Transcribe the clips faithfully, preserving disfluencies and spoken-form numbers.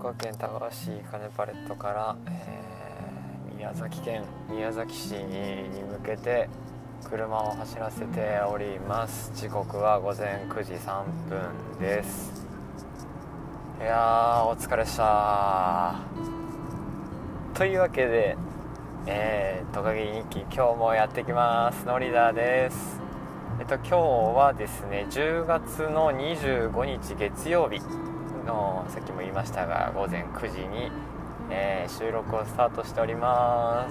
岡県田川市金パレットから、えー、宮崎県宮崎市に向けて車を走らせております。時刻はごぜんくじさんぷんです。いやーお疲れっしたというわけで、えー、トカゲ日記今日もやってきます。ノリダーです。えっと今日はですねじゅうがつのにじゅうごにち月曜日の、さっきも言いましたがごぜんくじに、えー、収録をスタートしております。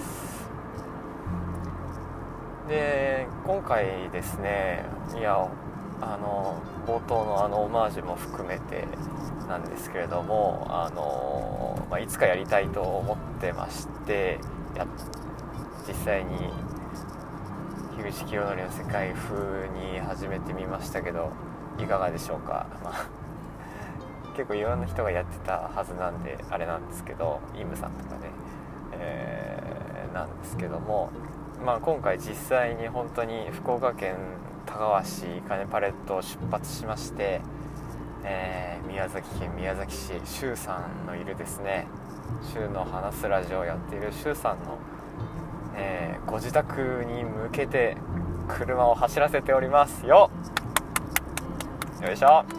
で今回ですね、いやあの冒頭のあのオマージュも含めてなんですけれども、あの、まあ、いつかやりたいと思ってましてや実際に樋口清則の世界風に始めてみましたけどいかがでしょうか。まあ、結構いろんな人がやってたはずなんであれなんですけど、イムさんとかね、えー、なんですけども、まあ、今回実際に本当に福岡県田川市金パレットを出発しまして、えー、宮崎県宮崎市シュウさんのいるですね、シュウの話すラジオをやっているシュウさんの、えー、ご自宅に向けて車を走らせておりますよ。よいしょ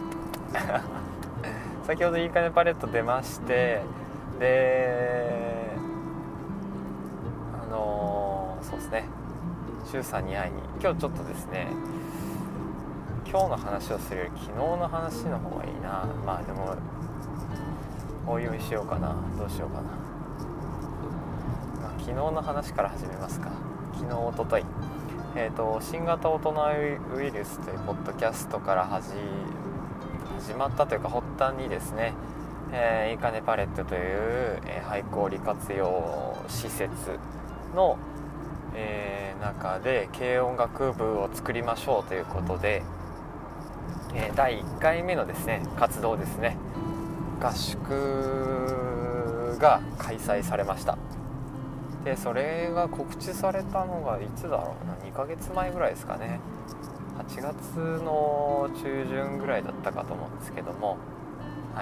先ほどいいかねパレット出まして、であのー、そうですねシュウさんに会いに今日ちょっとですね、今日の話をするより昨日の話の方がいいな。まあでもおいおいしようかな、どうしようかな、まあ、昨日の話から始めますか。昨日おととい、えーと新型大人ウイルスというポッドキャストから始始まったというか発端にですね、えー、いいかねパレットという、えー、廃校利活用施設の、えー、中で軽音楽部を作りましょうということで、えー、だいいっかいめのですね活動ですね、合宿が開催されました。でそれが告知されたのがいつだろうな、にかげつまえぐらいですかね。はちがつの中旬ぐらいだったかと思うんですけども、はい。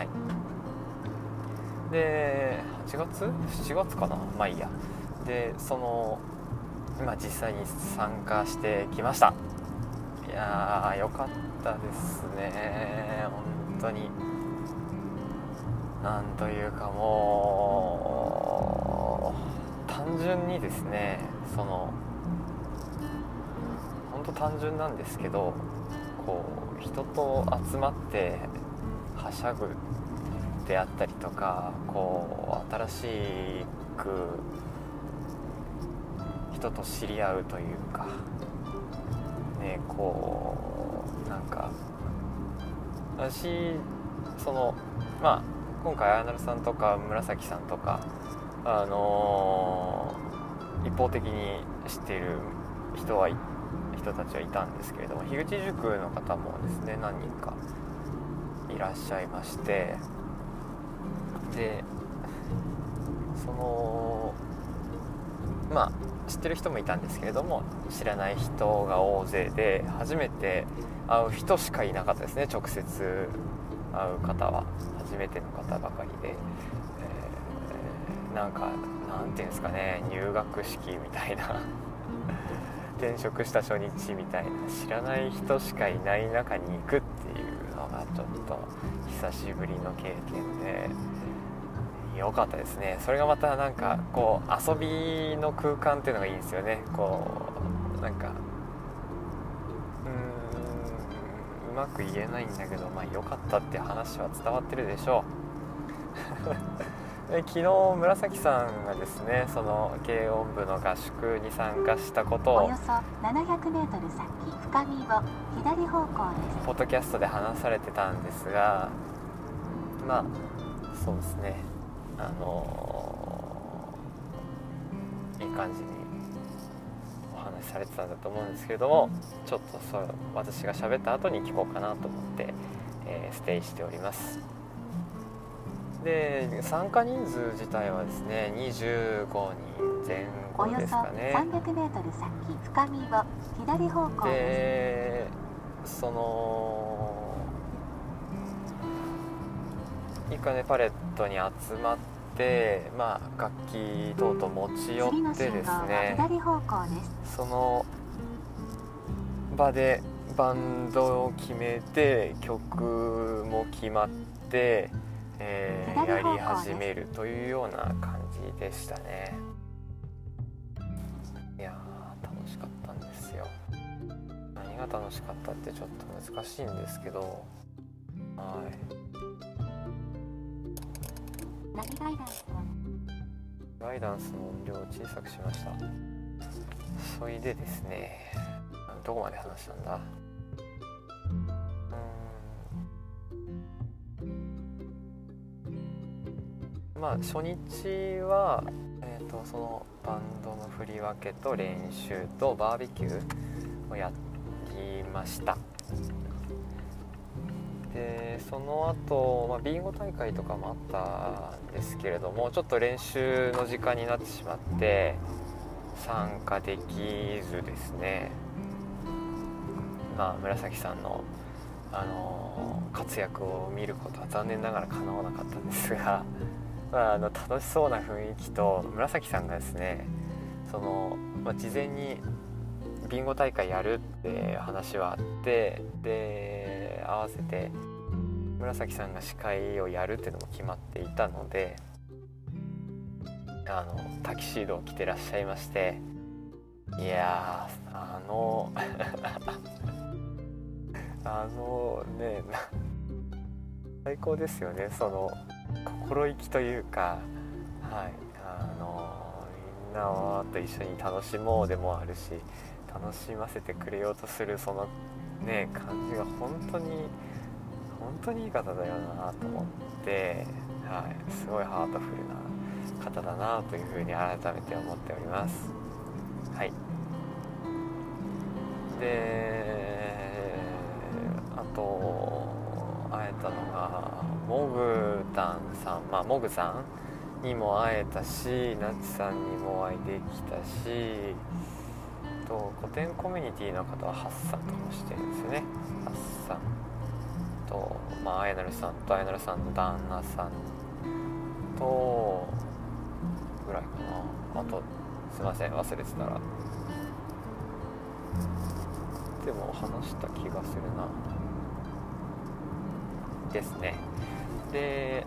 ではちがつしちがつかな、まあいいや。でその今実際に参加してきました。いやーよかったですね、本当に。なんというかもう単純にですね、その本当単純なんですけど、こう人と集まってはしゃぐであったりとか、こう新しく人と知り合うというかね、こうなんか私そのまあ今回あやなるさんとか紫さんとかあのー、一方的に知っている人は人たちはいたんですけれども、樋口塾の方もですね何人かいらっしゃいまして、でそのまあ知ってる人もいたんですけれども知らない人が大勢で、初めて会う人しかいなかったですね。直接会う方は初めての方ばかりで、えー、なんかなんていうんですかね、入学式みたいな転職した初日みたいな、知らない人しかいない中に行くっていうのがちょっと久しぶりの経験で良かったですね。それがまたなんかこう遊びの空間っていうのがいいんですよね。こうなんかうーんうまく言えないんだけど、まあ良かったって話は伝わってるでしょうで昨日紫さんがですね、その軽音部の合宿に参加したことをおよそななひゃくメートル先深みを左方向です。 ポッドキャストで話されてたんですが、まあそうですね、あのー、いい感じにお話しされてたんだと思うんですけれども、ちょっとそれ私が喋った後に聞こうかなと思って、えー、ステイしております。で参加人数自体はですねにじゅうごにんぜん後ですかね。 およそさんびゃくメートル先深みを左方向です。 でそのいいかねパレットに集まって、まあ、楽器等々持ち寄ってですね、 左方向です。 その場でバンドを決めて曲も決まって、えー、やり始めるというような感じでしたね。いやー楽しかったんですよ。何が楽しかったってちょっと難しいんですけど、はい。 ナビガイダンスのガイダンスの音量を小さくしました。それでですね、どこまで話したんだ。うーんまあ初日は、えーと、そのバンドの振り分けと練習とバーベキューをやりました。でその後、まあ、ビンゴ大会とかもあったんですけれども、ちょっと練習の時間になってしまって参加できずですね、まあ、紫さんの、あのー、活躍を見ることは残念ながら叶わなかったんですが、まあ、あの楽しそうな雰囲気と紫さんがですね、その、まあ、事前にビンゴ大会やるって話はあって、で合わせて紫さんが司会をやるっていうのも決まっていたので、あのタキシードを着てらっしゃいまして、いやーあのあのね最高ですよね。その心意気というか、はい、あのみんなと一緒に楽しもうでもあるし、楽しませてくれようとするそのね感じが本当に本当にいい方だよなと思って、はい、すごいハートフルな方だなというふうに改めて思っております。はい。で、あと会えたのがモグタンさん、まあモグさんにも会えたし、ナチさんにもお会いできたし、と古典コミュニティの方はハッサンともしてるんですよね。ハッサンと、まあ、あやなるさんとあやなるさんの旦那さんとぐらいかな。あとすいません忘れてたら、でも話した気がするなですね。で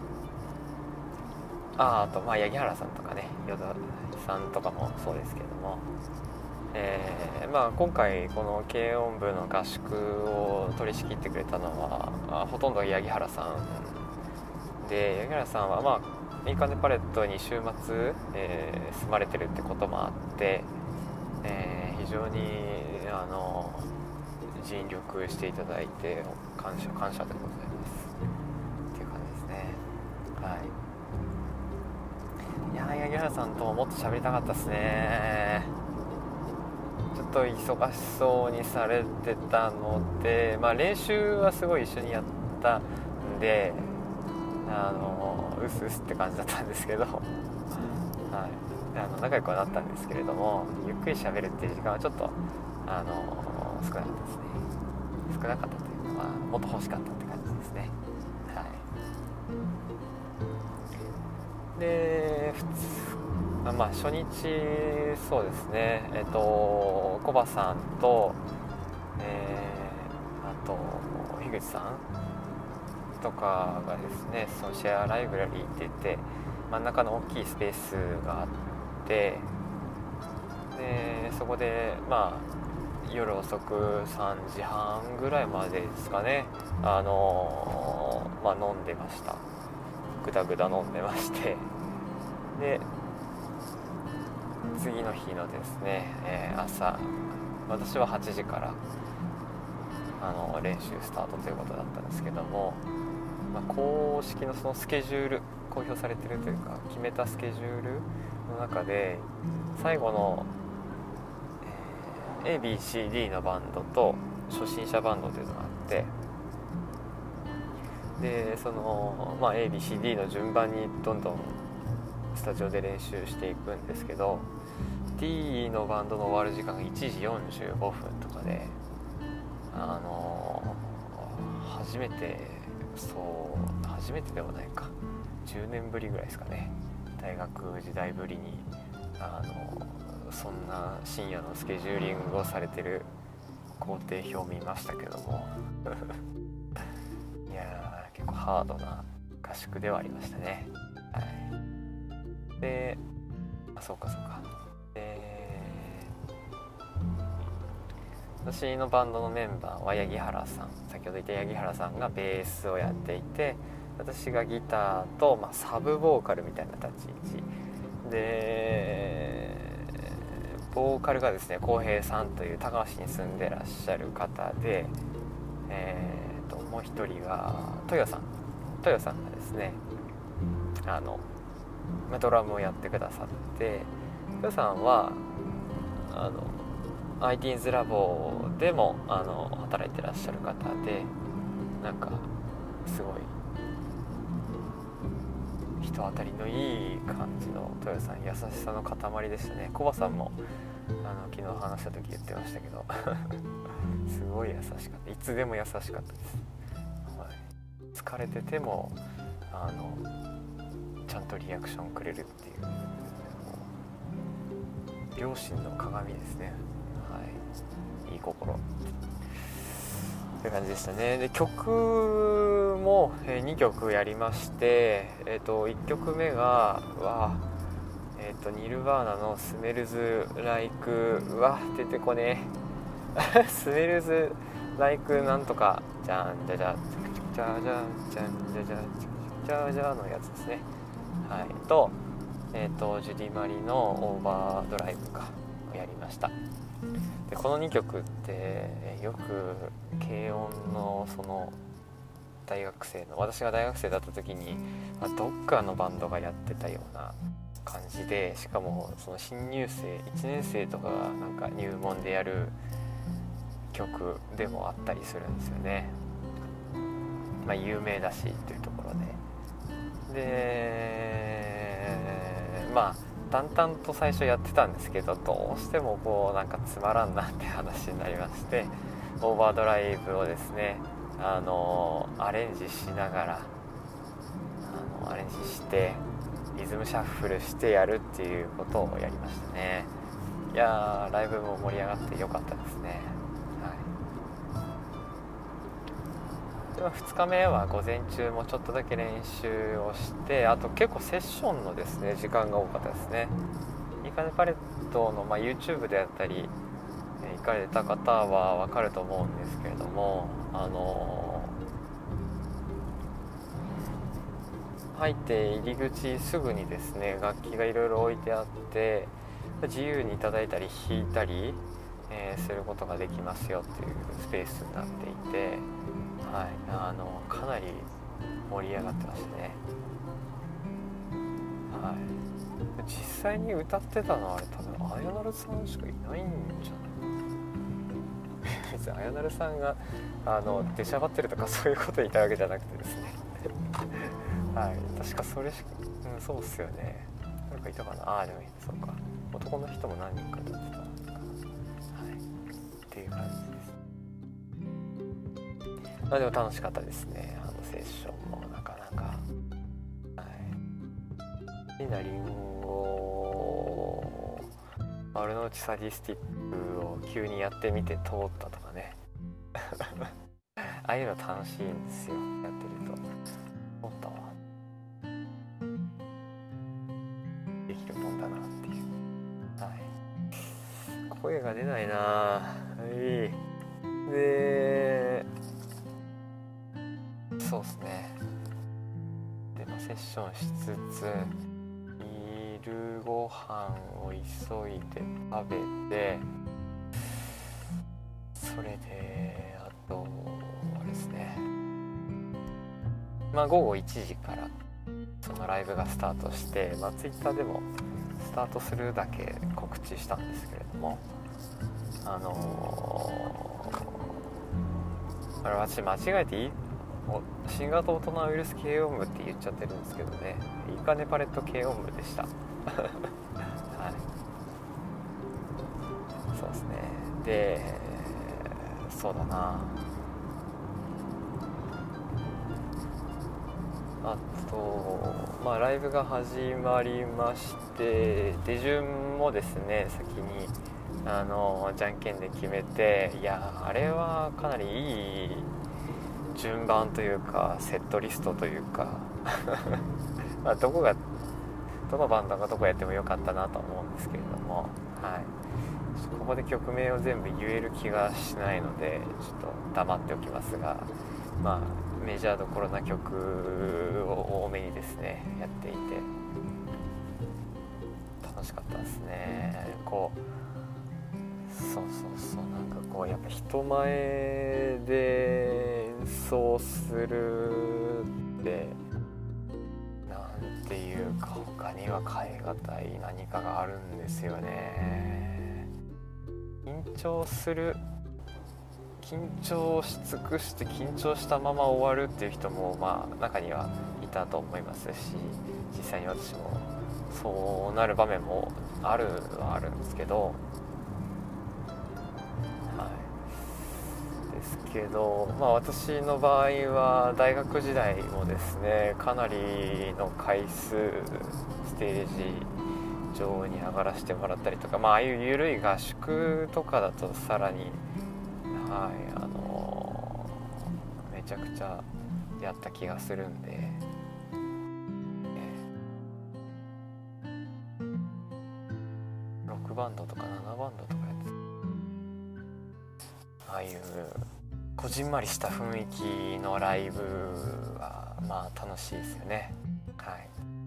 ああとまあ八木原さんとかね、与田さんとかもそうですけども、えーまあ、今回この軽音部の合宿を取り仕切ってくれたのはほとんど八木原さんで、八木原さんはまあいいかねパレットに週末、えー、住まれてるってこともあって、えー、非常にあの尽力していただいて感謝感謝でございますっていう感じですね。はい。いや八木原さんとももっと喋りたかったですね。ちょっと忙しそうにされてたので、まあ、練習はすごい一緒にやったんで、あのうすうすって感じだったんですけど、はい、あの仲良くはなったんですけれども、ゆっくり喋るっていう時間はちょっとあの少なかったですね。少なかったというのはもっと欲しかったって感じですね。はい。で普通まあ、初日そうですね、えっとコバさんと、えー、あと樋口さんとかがですね、そのシェアライブラリーって言って真ん中の大きいスペースがあって、でそこでまあ夜遅くさんじはんぐらいまでですかね、あのー、まあ飲んでました。ぐだぐだ飲んでまして、で次の日のですね、えー、朝私ははちじからあの練習スタートということだったんですけども、まあ、公式のそのスケジュール公表されてるというか決めたスケジュールの中で最後の、えー、エービーシーディー のバンドと初心者バンドというのがあって、でその、まあ、エービーシーディー の順番にどんどんスタジオで練習していくんですけど、 D のバンドの終わる時間がいちじよんじゅうごふんとかで、あのー、初めてそう初めてではないか、じゅうねんぶりぐらいですかね。大学時代ぶりにあのそんな深夜のスケジューリングをされてる工程表を見ましたけどもいやー結構ハードな合宿ではありましたね。はい、であそうかそうかで私のバンドのメンバーは八木原さん、先ほど言った八木原さんがベースをやっていて、私がギターと、まあ、サブボーカルみたいな立ち位置で、ボーカルがですね浩平さんという高橋に住んでらっしゃる方で、えー、ともう一人が豊さん豊さんがですねあのドラムをやってくださって、豊さんはあのアイティーンズラボでもあの働いてらっしゃる方で、なんかすごい人当たりのいい感じの豊さん、優しさの塊でしたね。コバさんもあの昨日話した時言ってましたけどすごい優しかった、いつでも優しかったです、はい、疲れててもあのちゃんとリアクションくれるっていう、両親の鏡ですね。はい、いい心って感じでしたね。で曲もにきょくやりまして、えー、といっきょくめがわ、えー、とニルバーナのスメルズライクは出てこねえスメルズライクなんとかじゃんじゃじゃじゃじゃじゃんじゃじゃじゃじゃのやつですね。はい、と,、えー、とジュディマリのオーバードライブかをやりました。でこのにきょくってよく軽音のその大学生の私が大学生だった時に、まあ、どっかのバンドがやってたような感じで、しかもその新入生いちねん生とかがなんか入門でやる曲でもあったりするんですよね。まあ有名だしというところで、でまあ淡々と最初やってたんですけど、どうしてもこうなんかつまらんなって話になりまして、オーバードライブをですねあのアレンジしながらあのアレンジしてリズムシャッフルしてやるっていうことをやりましたね。いやーライブも盛り上がってよかったですね。はい、ではふつかめは午前中もちょっとだけ練習をして、あと結構セッションのですね時間が多かったですね。いいかねパレットの、まあ、YouTube であったり行かれた方は分かると思うんですけれども、あのー、入って入り口すぐにですね楽器がいろいろ置いてあって自由にいただいたり弾いたり、えー、することができますよっていうスペースになっていて、はい、あのかなり盛り上がってましたね。はい、実際に歌ってたのはあれ多分あやなるさんしかいないんじゃない別にあやなるさんがあの出しゃばってるとかそういうこと言いたいわけじゃなくてですねはい、確かそれしか、うん、そうっすよね。誰かいたかなああでもそうか、男の人も何人か歌ってたのかな、はい、っていう感じです。まあでも楽しかったですね、あのセッションもなかなか。はい、リナリンゴ丸の内サディスティックを急にやってみて通ったとかねああいうの楽しいんですよ、やってると。思ったわ、できるもんだなっていう。はい、声が出ないな。はい、でそうですね。で、まあ、セッションしつつ昼ご飯を急いで食べて、それであとあれですね、まあ午後いちじからそのライブがスタートして、まあ、ツイッターでもスタートするだけ告知したんですけれども、あのー、あれ私間違えていい新型大人ウイルス軽音部って言っちゃってるんですけどね、いいかねパレット軽音部でしたはい、そうですね。でそうだな、 あと、まあ、ライブが始まりまして、手順もですね先にあのじゃんけんで決めて、いやあれはかなりいい順番というかセットリストというかまあどこがどのバンドがどこやってもよかったなと思うんですけれども、はい、ここで曲名を全部言える気がしないのでちょっと黙っておきますが、まあメジャーどころな曲を多めにですねやっていて楽しかったですね。こうそうそうそうなんかこうやっぱ人前で演奏するってなんていうか他には変え難い何かがあるんですよね。緊張する緊張し尽くして緊張したまま終わるっていう人もまあ中にはいたと思いますし、実際に私もそうなる場面もあるはあるんですけど、はいですけど、まあ私の場合は大学時代もですねかなりの回数ステージ上に上がらせてもらったりとか、まあああいう緩い合宿とかだとさらにはいあのー、めちゃくちゃやった気がするんで、ね、ロックバンドとかななバンドとかやってああいうこじんまりした雰囲気のライブはまあ楽しいですよね。はい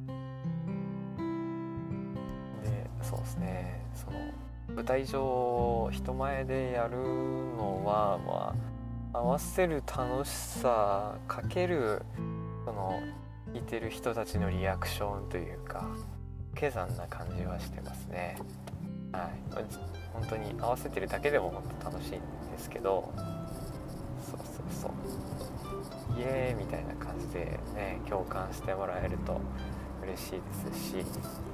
でそうですねその舞台上人前でやるのは、まあ、合わせる楽しさかけるその聴いてる人たちのリアクションというか掛け算な感じはしてますね。はい、本当に合わせてるだけでも本当楽しいんですけど、そうそうそうイエーイみたいな感じでね共感してもらえると嬉しいですし、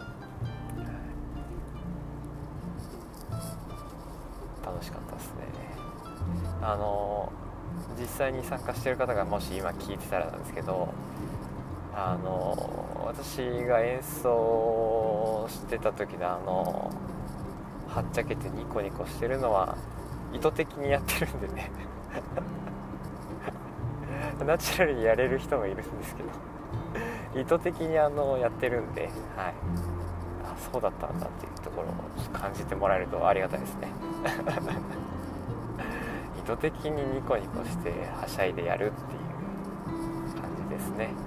楽しかったですね。あの実際に参加してる方がもし今聞いてたらなんですけど、あの私が演奏してた時のあのはっちゃけてニコニコしてるのは意図的にやってるんでねナチュラルにやれる人もいるんですけど意図的にあのやってるんで、はい、あそうだったんだっていうところを感じてもらえるとありがたいですね意図的にニコニコしてはしゃいでやるっていう感じですね、はい、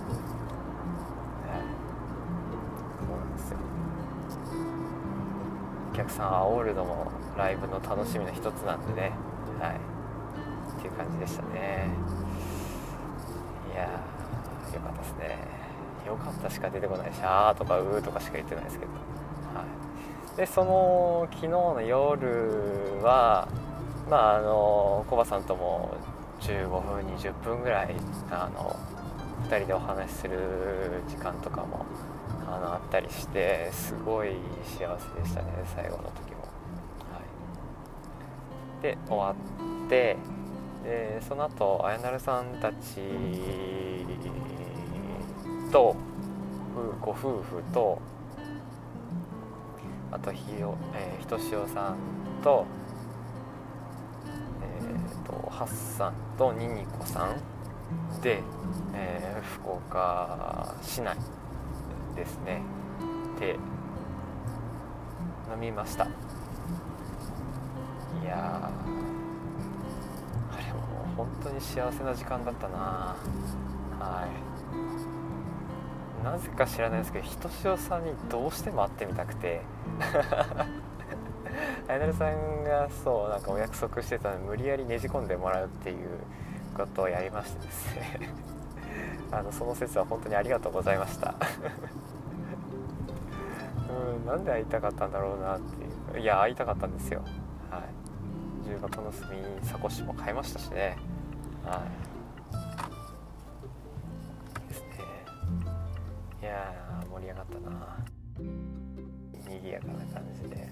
そうなんですよ。お客さん煽るのもライブの楽しみの一つなんでね、はいっていう感じでしたね。いやーよかったですね。よかったしか出てこないし、あーとかうーとかしか言ってないですけど、はい、でその昨日の夜はまああのコバさんともじゅうごふんにじゅっぷんぐらいあのふたりでお話しする時間とかもあのあったりしてすごい幸せでしたね最後の時も、はい、で終わってでその後あやなるさんたちとご夫婦とあとひよ、えー、ひとしおさんとえー、とハッサンとニニコさんで、えー、福岡市内ですねで飲みました。いやあれも本当に幸せな時間だったな。はいなぜか知らないですけどひとしおさんにどうしても会ってみたくてあやなるさんがそうなんかお約束してたのに無理やりねじ込んでもらうっていうことをやりましてですねあのその説は本当にありがとうございましたうんなんで会いたかったんだろうなっていういや会いたかったんですよ。はい重箱の隅サコッシュも買いましたしね。はいですね。いやー盛り上がったな。賑やかな感じで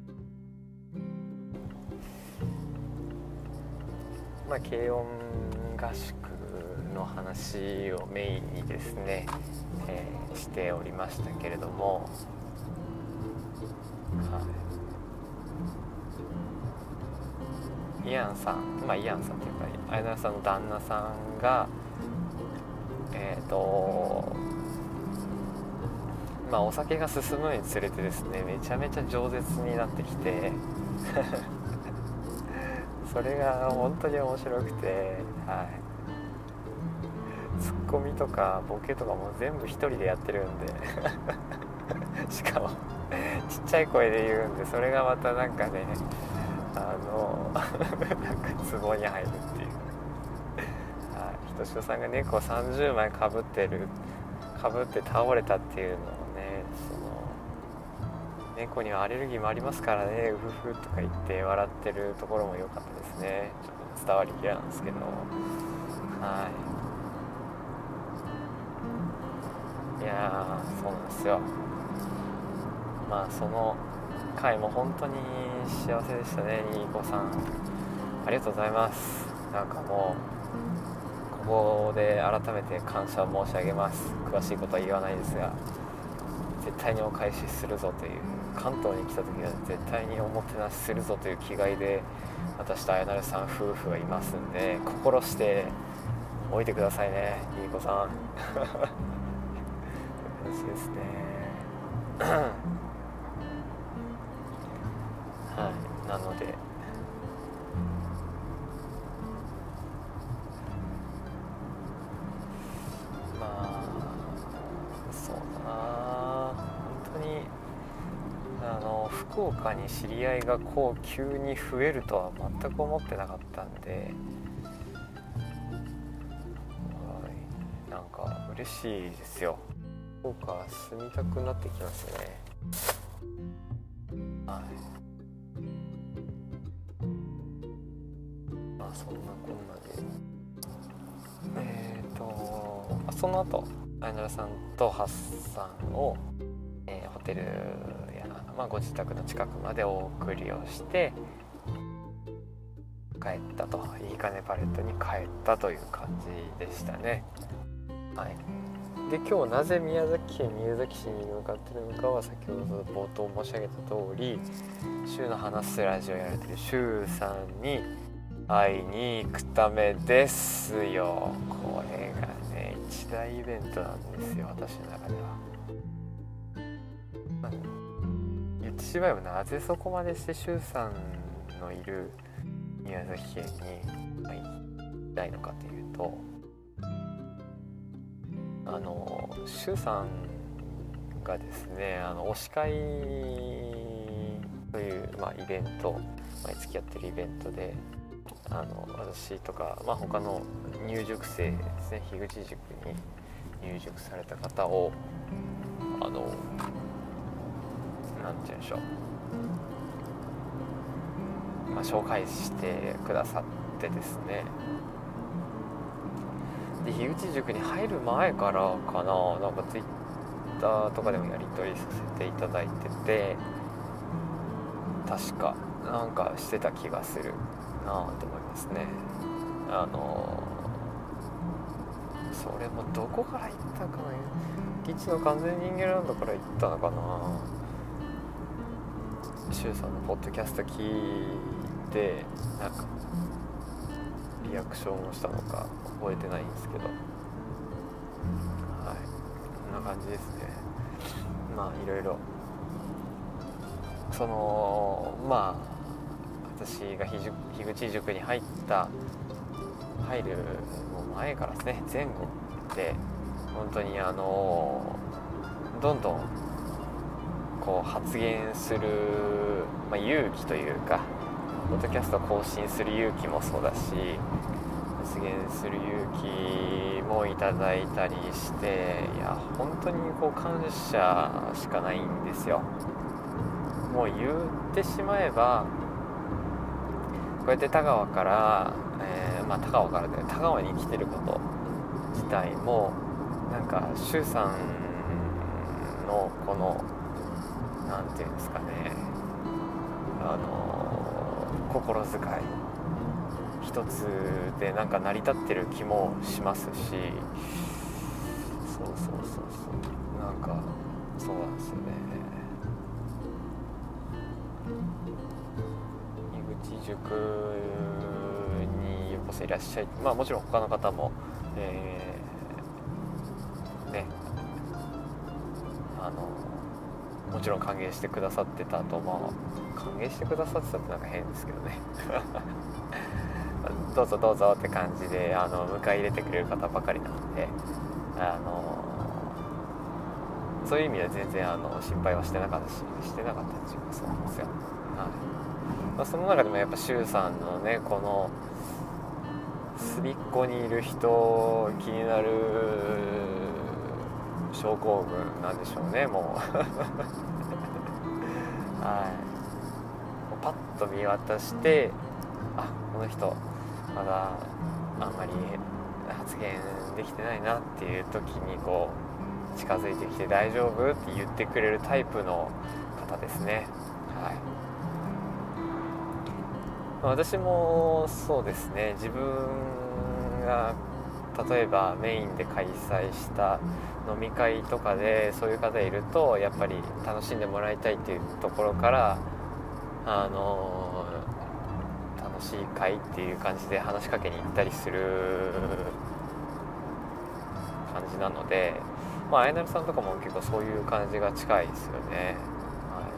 まあ軽音合宿の話をメインにですね、えー、しておりましたけれども、はい、イアンさん、まあイアンさんっていうか綾菜さんの旦那さんがえっとまあお酒が進むにつれてですね、めちゃめちゃ饒舌になってきてそれが本当に面白くて、はい、ツッコミとかボケとかも全部一人でやってるんでしかもちっちゃい声で言うんで、それがまたなんかね、あのなんかツボに入るっていう、はい、ひとしおさんが猫さんじゅうまいかぶってるかぶって倒れたっていうのをね、その猫にはアレルギーもありますからね、うふふとか言って笑ってるところも良かったですね。ちょっと伝わりきらなんですけど、はい、いやーそうなんですよ。まあその回も本当に幸せでしたね。いい子さんありがとうございます。なんかもうここで改めて感謝申し上げます。詳しいことは言わないですが、絶対にお返しするぞという、関東に来た時は絶対におもてなしするぞという気概で私とあやなるさん夫婦がいますんで、心しておいてくださいね、いい子さん感じですねはい、なのでまあそうだな、本当にあの福岡に知り合いがこう急に増えるとは全く思ってなかったんで、はい、なんか嬉しいですよ。福岡住みたくなってきますね。はい、まあそんなこんなでえっ、ー、とその後あやなるさんとハッサンを、えー、ホテルや、まあ、ご自宅の近くまでお送りをして帰ったと、いいかねパレットに帰ったという感じでしたね。はい、で今日なぜ宮崎県宮崎市に向かっているのかは、先ほど冒頭申し上げた通り、シュウの話すラジオやられてるシュウさんに会いに行くためですよ。これがね一大イベントなんですよ、私の中では。まあ、言ってしまえばなぜそこまでしてシュウさんのいる宮崎県に行きたいのかというと、あのシュウさんがですね、あの推し会という、まあ、イベント、毎月やってるイベントで、あの私とか、まあ、他の入塾生ですね、樋口塾に入塾された方をあのなんて言うんでしょう、まあ、紹介してくださってですね、で樋口塾に入る前からかな、なんかツイッターとかでもやり取りさせていただいてて、確かなんかしてた気がするなぁと思いますね。あのそれもどこから行ったかな、ギチの完全人間ランドから行ったのかな、シュウさんのポッドキャスト聞いてなんかリアクションをしたのか覚えてないんですけど、はい、こんな感じですね。まあいろいろそのまあ私が樋口塾に入った入る前からですね、前後で本当にあのどんどんこう発言する、まあ、勇気というか、ポッドキャストを更新する勇気もそうだし、発言する勇気もいただいたりして、いや本当にこう感謝しかないんですよ。もう言ってしまえば、こうやって田川から、えー、まあ田川からで田川に来てること自体もなんかシュウさんのこのなんていうんですかね、あの心遣い、一一つでなんか成り立ってる気もしますし、そうそうそうそうなんかそうなんですよね。井口塾にようこそいらっしゃい、まあもちろん他の方も、えー、ねあのもちろん歓迎してくださってたと、まあ歓迎してくださってたってなんか変ですけどねどうぞどうぞって感じであの迎え入れてくれる方ばかりなので、あのそういう意味では全然あの心配はしてなかったししてなかったっていうかそうなんですよ、はいまあ、その中でもやっぱ周さんのねこの隅っこにいる人気になる症候群なんでしょうねもうはいパッと見渡してあこの人まだあんまり発言できてないなっていう時にこう近づいてきて大丈夫って言ってくれるタイプの方ですね。はい、私もそうですね自分が例えばメインで開催した飲み会とかでそういう方いるとやっぱり楽しんでもらいたいっていうところからあの楽しい会っていう感じで話しかけに行ったりする感じなので、まああやなるさんとかも結構そういう感じが近いですよね。はい、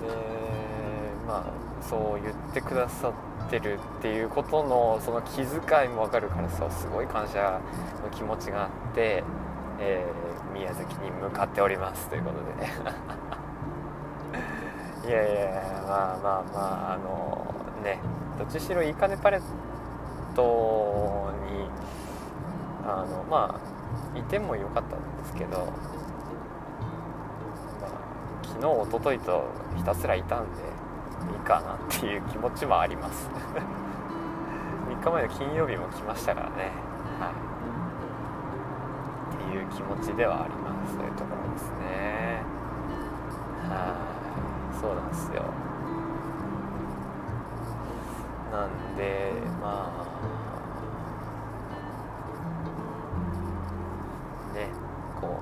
でまあそう言ってくださってるっていうことのその気遣いも分かるからさすごい感謝の気持ちがあって、えー、宮崎に向かっておりますということでねいやいやまあまあまああのねどっちしろいいかねパレットにあのまあいてもよかったんですけど、まあ、昨日一昨日とひたすらいたんでいいかなっていう気持ちもありますみっかまえの金曜日も来ましたからね、はい、っていう気持ちではあります。そういうところですね。はいそうなんですよ。なんでまあねこ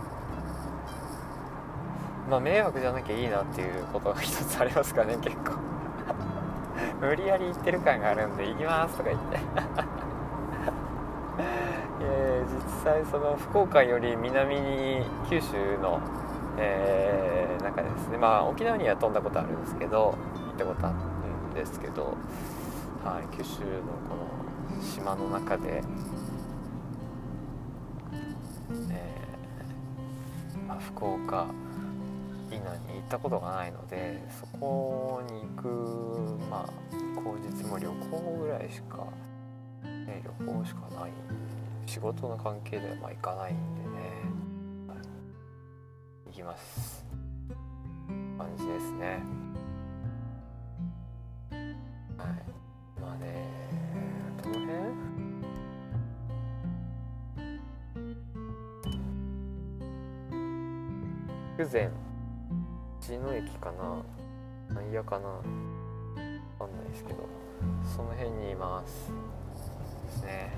うまあ迷惑じゃなきゃいいなっていうことが一つありますかね結構無理やり言ってる感があるんで行きますとか言ってえ実際その福岡より南に九州のえー、中ですねまあ沖縄には飛んだことあるんですけど行ったことあるんですけど、はい、九州のこの島の中で、えーまあ、福岡以南に行ったことがないのでそこに行くまあ口実も旅行ぐらいしか、ね、旅行しかない仕事の関係ではまあ行かないんでね行きます感じですね。はいまあねどの辺福前道の駅かななんやかなわかんないですけどその辺にいますですね。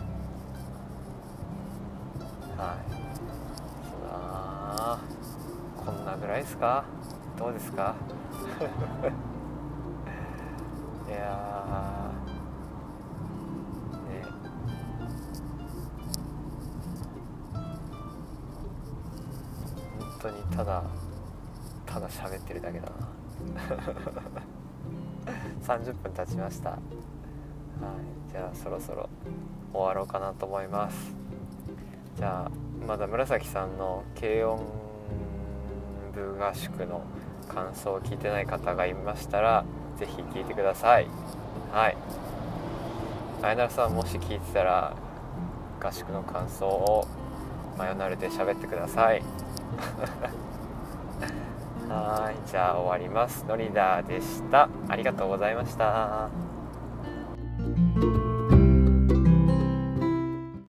はいそうだこんなぐらいですかどうですかいやね本当にただただ喋ってるだけだなさんじゅっぷん経ちました。はい、じゃあそろそろ終わろうかなと思います。じゃあまだ紫さんの軽音部合宿の感想を聞いてない方がいましたらぜひ聞いてください。はい、あやなるさんもし聞いてたら合宿の感想をマヨナルで喋ってくださいはいじゃあ終わります。ノリダーでした。ありがとうございました。